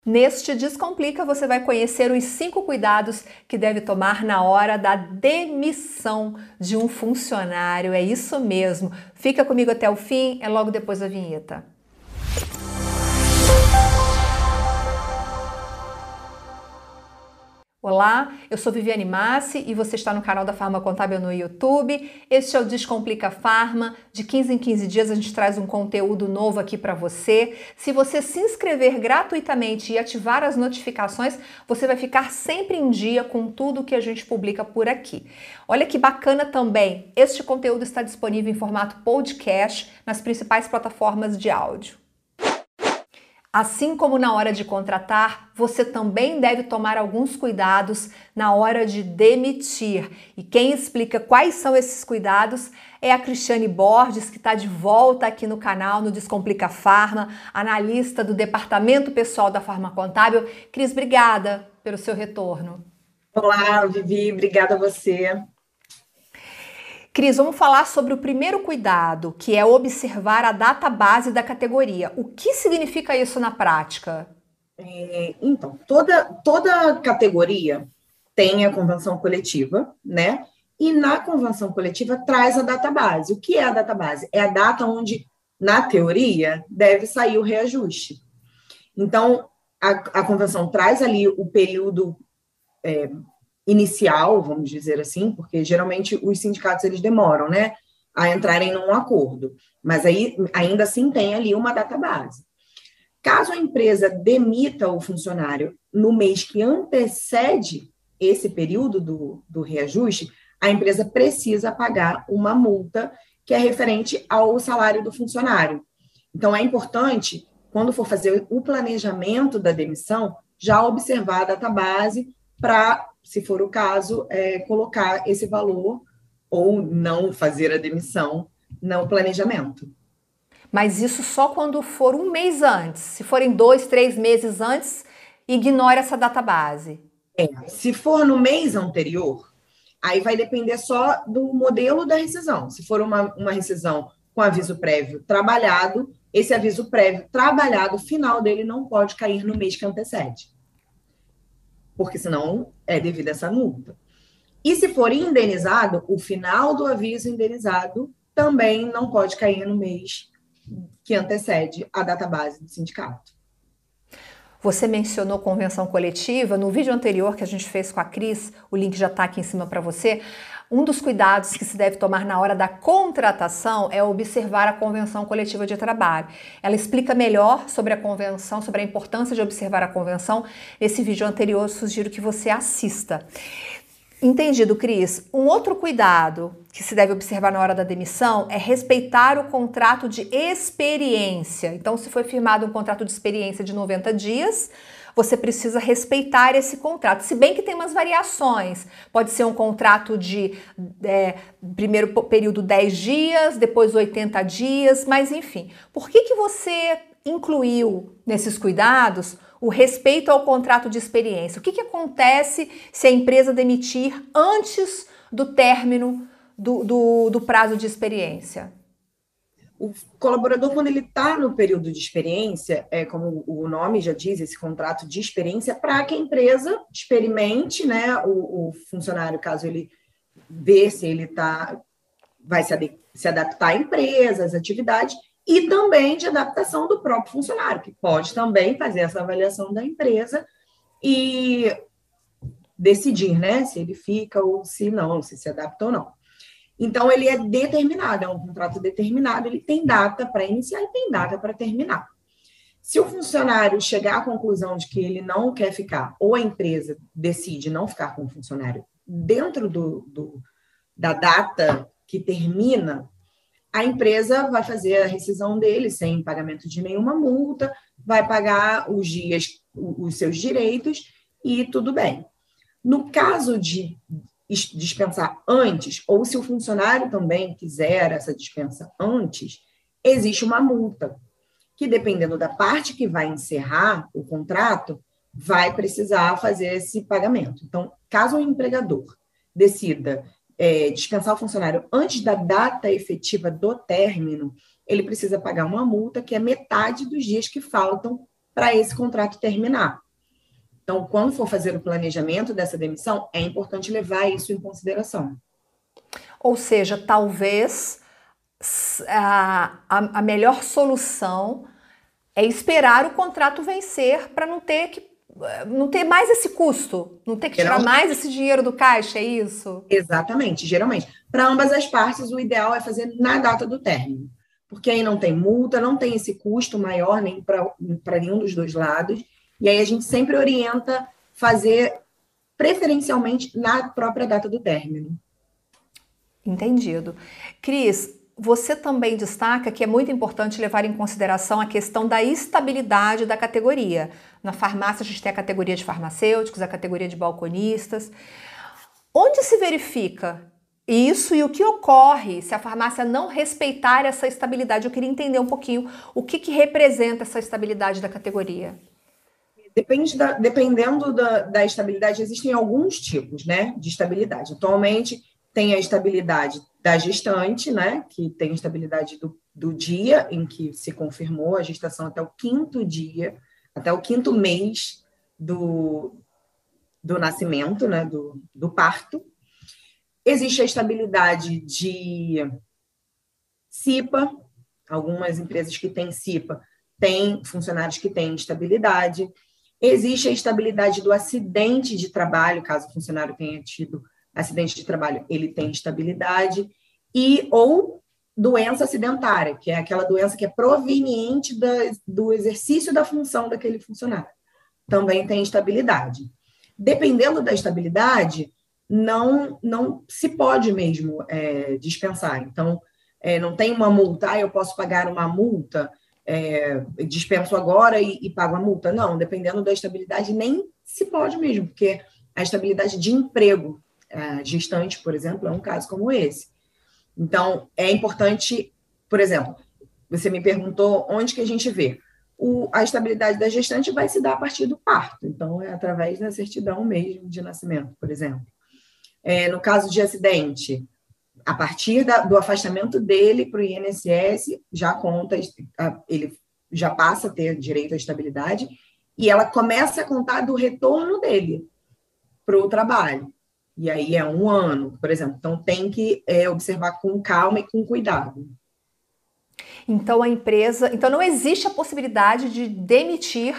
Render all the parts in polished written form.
Neste Descomplica, você vai conhecer os 5 cuidados que deve tomar na hora da demissão de um funcionário. É isso mesmo. Fica comigo até o fim, é logo depois da vinheta. Olá, eu sou Viviane Massi e você está no canal da Farma Contábil no YouTube. Este é o Descomplica Farma. De 15 em 15 dias a gente traz um conteúdo novo aqui para você. Se você se inscrever gratuitamente e ativar as notificações, você vai ficar sempre em dia com tudo que a gente publica por aqui. Olha que bacana também, este conteúdo está disponível em formato podcast nas principais plataformas de áudio. Assim como na hora de contratar, você também deve tomar alguns cuidados na hora de demitir. E quem explica quais são esses cuidados é a Cristiane Borges, que está de volta aqui no canal, no Descomplica Farma, analista do Departamento Pessoal da Farma Contábil. Cris, obrigada pelo seu retorno. Olá, Vivi, obrigada a você. Cris, vamos falar sobre o primeiro cuidado, que é observar a data base da categoria. O que significa isso na prática? Então, toda categoria tem a convenção coletiva, né? E na convenção coletiva traz a data base. O que é a data base? É a data onde, na teoria, deve sair o reajuste. Então, a convenção traz ali o período inicial, vamos dizer assim, porque geralmente os sindicatos eles demoram, né, a entrarem num acordo, mas aí ainda assim tem ali uma data base. Caso a empresa demita o funcionário no mês que antecede esse período do reajuste, a empresa precisa pagar uma multa que é referente ao salário do funcionário. Então, é importante, quando for fazer o planejamento da demissão, já observar a data base para, se for o caso, colocar esse valor ou não fazer a demissão no planejamento. Mas isso só quando for um mês antes. Se forem 2, 3 meses antes, ignore essa data base. Se for no mês anterior, aí vai depender só do modelo da rescisão. Se for uma rescisão com aviso prévio trabalhado, esse aviso prévio trabalhado, o final dele não pode cair no mês que antecede, porque senão é devido a essa multa. E se for indenizado, o final do aviso indenizado também não pode cair no mês que antecede a data base do sindicato. Você mencionou convenção coletiva. No vídeo anterior que a gente fez com a Cris, o link já está aqui em cima para você. Um dos cuidados que se deve tomar na hora da contratação é observar a convenção coletiva de trabalho. Ela explica melhor sobre a convenção, sobre a importância de observar a convenção. Nesse vídeo anterior, eu sugiro que você assista. Entendido, Cris. Um outro cuidado que se deve observar na hora da demissão é respeitar o contrato de experiência. Então, se foi firmado um contrato de experiência de 90 dias, você precisa respeitar esse contrato. Se bem que tem umas variações. Pode ser um contrato de primeiro período 10 dias, depois 80 dias, mas enfim. Por que você incluiu nesses cuidados o respeito ao contrato de experiência? O que acontece se a empresa demitir antes do término do prazo de experiência? O colaborador, quando ele está no período de experiência, como o nome já diz, esse contrato de experiência, para que a empresa experimente, né, o funcionário, caso ele vê se ele vai se adaptar à empresa, às atividades, e também de adaptação do próprio funcionário, que pode também fazer essa avaliação da empresa e decidir, né, se ele fica ou se não, se adapta ou não. Então, ele é determinado, é um contrato determinado, ele tem data para iniciar e tem data para terminar. Se o funcionário chegar à conclusão de que ele não quer ficar, ou a empresa decide não ficar com o funcionário dentro da data que termina, a empresa vai fazer a rescisão dele sem pagamento de nenhuma multa, vai pagar os dias, os seus direitos e tudo bem. No caso de dispensar antes, ou se o funcionário também quiser essa dispensa antes, existe uma multa, que dependendo da parte que vai encerrar o contrato, vai precisar fazer esse pagamento. Então, caso o empregador decida dispensar o funcionário antes da data efetiva do término, ele precisa pagar uma multa que é metade dos dias que faltam para esse contrato terminar. Então, quando for fazer o planejamento dessa demissão, é importante levar isso em consideração. Ou seja, talvez a melhor solução é esperar o contrato vencer para não ter mais esse custo, não ter que tirar mais esse dinheiro do caixa, é isso? Exatamente, geralmente. Para ambas as partes, o ideal é fazer na data do término, porque aí não tem multa, não tem esse custo maior nem para nenhum dos dois lados, e aí a gente sempre orienta fazer preferencialmente na própria data do término. Entendido. Cris, você também destaca que é muito importante levar em consideração a questão da estabilidade da categoria. Na farmácia, a gente tem a categoria de farmacêuticos, a categoria de balconistas. Onde se verifica isso e o que ocorre se a farmácia não respeitar essa estabilidade? Eu queria entender um pouquinho o que representa essa estabilidade da categoria. Dependendo da estabilidade, existem alguns tipos, né, de estabilidade. Atualmente, tem a estabilidade da gestante, né, que tem a estabilidade do dia em que se confirmou a gestação até o 5º dia, até o 5º mês do nascimento, né, do parto. Existe a estabilidade de CIPA, algumas empresas que têm CIPA têm funcionários que têm estabilidade. Existe a estabilidade do acidente de trabalho, caso o funcionário tenha tido acidente de trabalho, ele tem estabilidade, ou doença acidentária, que é aquela doença que é proveniente do exercício da função daquele funcionário. Também tem estabilidade. Dependendo da estabilidade, não se pode mesmo dispensar. Então, não tem uma multa, eu posso pagar uma multa, dispenso agora e pago a multa. Não, dependendo da estabilidade, nem se pode mesmo, porque a estabilidade de emprego, gestante, por exemplo, é um caso como esse. Então, é importante, por exemplo, você me perguntou onde que a gente vê. A estabilidade da gestante vai se dar a partir do parto, então é através da certidão mesmo de nascimento, por exemplo. No caso de acidente, a partir do afastamento dele para o INSS, já conta, ele já passa a ter direito à estabilidade, e ela começa a contar do retorno dele para o trabalho. E aí é 1 ano, por exemplo. Então, tem que observar com calma e com cuidado. Então, então não existe a possibilidade de demitir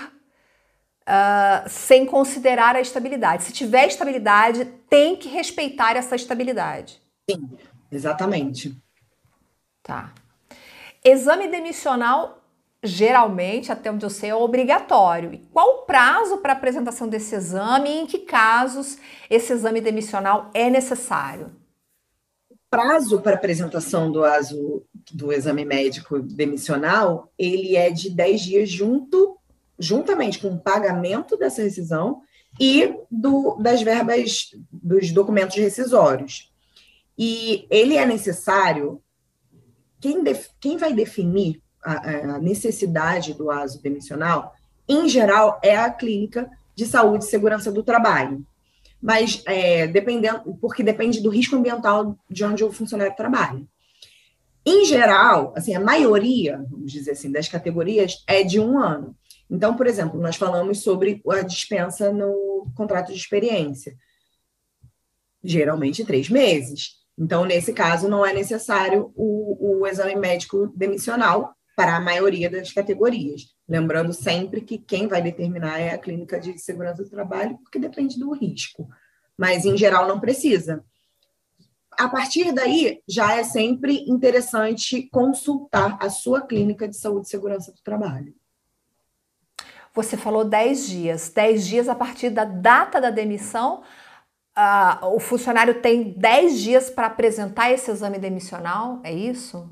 sem considerar a estabilidade. Se tiver estabilidade, tem que respeitar essa estabilidade. Sim, exatamente. Tá. Exame demissional, geralmente, até onde eu sei, é obrigatório. E qual o prazo para apresentação desse exame e em que casos esse exame demissional é necessário? O prazo para apresentação do exame médico demissional, ele é de 10 dias juntamente com o pagamento dessa rescisão e das verbas dos documentos rescisórios. E ele é necessário, quem vai definir a necessidade do aso demissional, em geral, é a clínica de saúde e segurança do trabalho. Mas porque depende do risco ambiental de onde o funcionário trabalha. Em geral, assim, a maioria, vamos dizer assim, das categorias é de 1 ano. Então, por exemplo, nós falamos sobre a dispensa no contrato de experiência. Geralmente 3 meses. Então, nesse caso, não é necessário o exame médico demissional para a maioria das categorias. Lembrando sempre que quem vai determinar é a clínica de segurança do trabalho, porque depende do risco. Mas, em geral, não precisa. A partir daí, já é sempre interessante consultar a sua clínica de saúde e segurança do trabalho. Você falou 10 dias. 10 dias a partir da data da demissão, o funcionário tem 10 dias para apresentar esse exame demissional, é isso?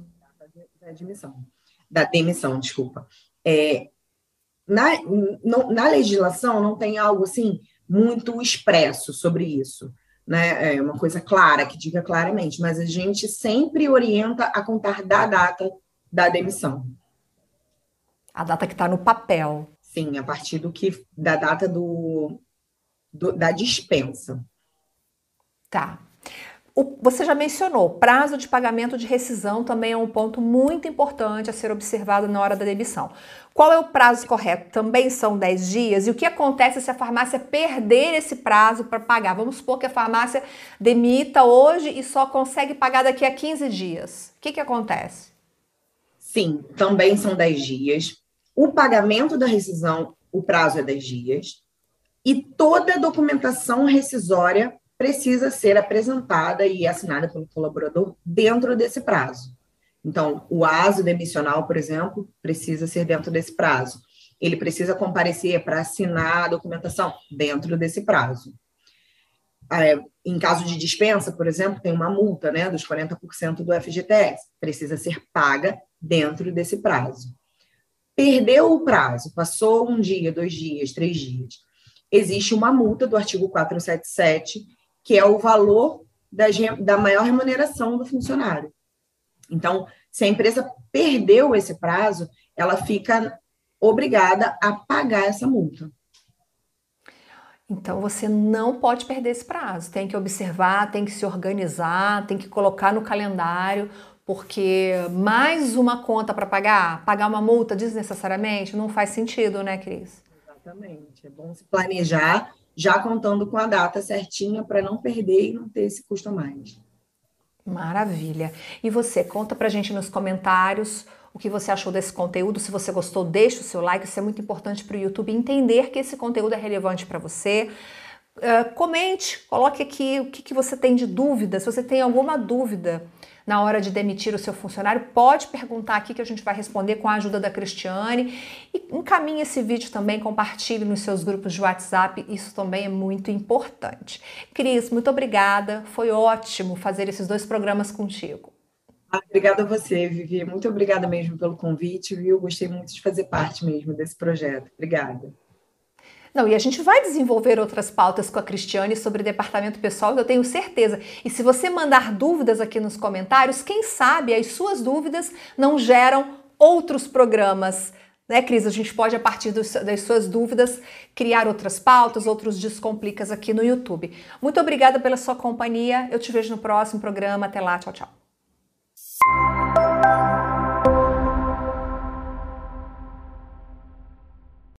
Da demissão, desculpa. Na legislação não tem algo assim muito expresso sobre isso, né? É uma coisa clara, que diga claramente, mas a gente sempre orienta a contar da data da demissão. A data que está no papel. Sim, a partir da data da dispensa. Tá. Você já mencionou, prazo de pagamento de rescisão também é um ponto muito importante a ser observado na hora da demissão. Qual é o prazo correto? Também são 10 dias? E o que acontece se a farmácia perder esse prazo para pagar? Vamos supor que a farmácia demita hoje e só consegue pagar daqui a 15 dias. O que acontece? Sim, também são 10 dias. O pagamento da rescisão, o prazo é 10 dias. E toda a documentação rescisória precisa ser apresentada e assinada pelo colaborador dentro desse prazo. Então, o aso demissional, por exemplo, precisa ser dentro desse prazo. Ele precisa comparecer para assinar a documentação dentro desse prazo. Em caso de dispensa, por exemplo, tem uma multa, né, dos 40% do FGTS. Precisa ser paga dentro desse prazo. Perdeu o prazo, passou 1 dia, 2 dias, 3 dias. Existe uma multa do artigo 477, que é o valor da maior remuneração do funcionário. Então, se a empresa perdeu esse prazo, ela fica obrigada a pagar essa multa. Então, você não pode perder esse prazo. Tem que observar, tem que se organizar, tem que colocar no calendário, porque mais uma conta para pagar uma multa desnecessariamente, não faz sentido, né, Cris? Exatamente. É bom se planejar, já contando com a data certinha para não perder e não ter esse custo a mais. Maravilha. E você, conta pra gente nos comentários o que você achou desse conteúdo. Se você gostou, deixa o seu like, isso é muito importante para o YouTube entender que esse conteúdo é relevante para você. Comente, coloque aqui o que você tem de dúvida. Se você tem alguma dúvida na hora de demitir o seu funcionário, pode perguntar aqui que a gente vai responder com a ajuda da Cristiane. E encaminhe esse vídeo também, compartilhe nos seus grupos de WhatsApp, isso também é muito importante. Cris, muito obrigada, foi ótimo fazer esses 2 programas contigo. Obrigada a você, Vivi. Muito obrigada mesmo pelo convite, viu? Gostei muito de fazer parte mesmo desse projeto. Obrigada. Não, e a gente vai desenvolver outras pautas com a Cristiane sobre departamento pessoal, eu tenho certeza. E se você mandar dúvidas aqui nos comentários, quem sabe as suas dúvidas não geram outros programas, né, Cris? A gente pode, a partir das suas dúvidas, criar outras pautas, outros Descomplicas aqui no YouTube. Muito obrigada pela sua companhia. Eu te vejo no próximo programa. Até lá. Tchau, tchau.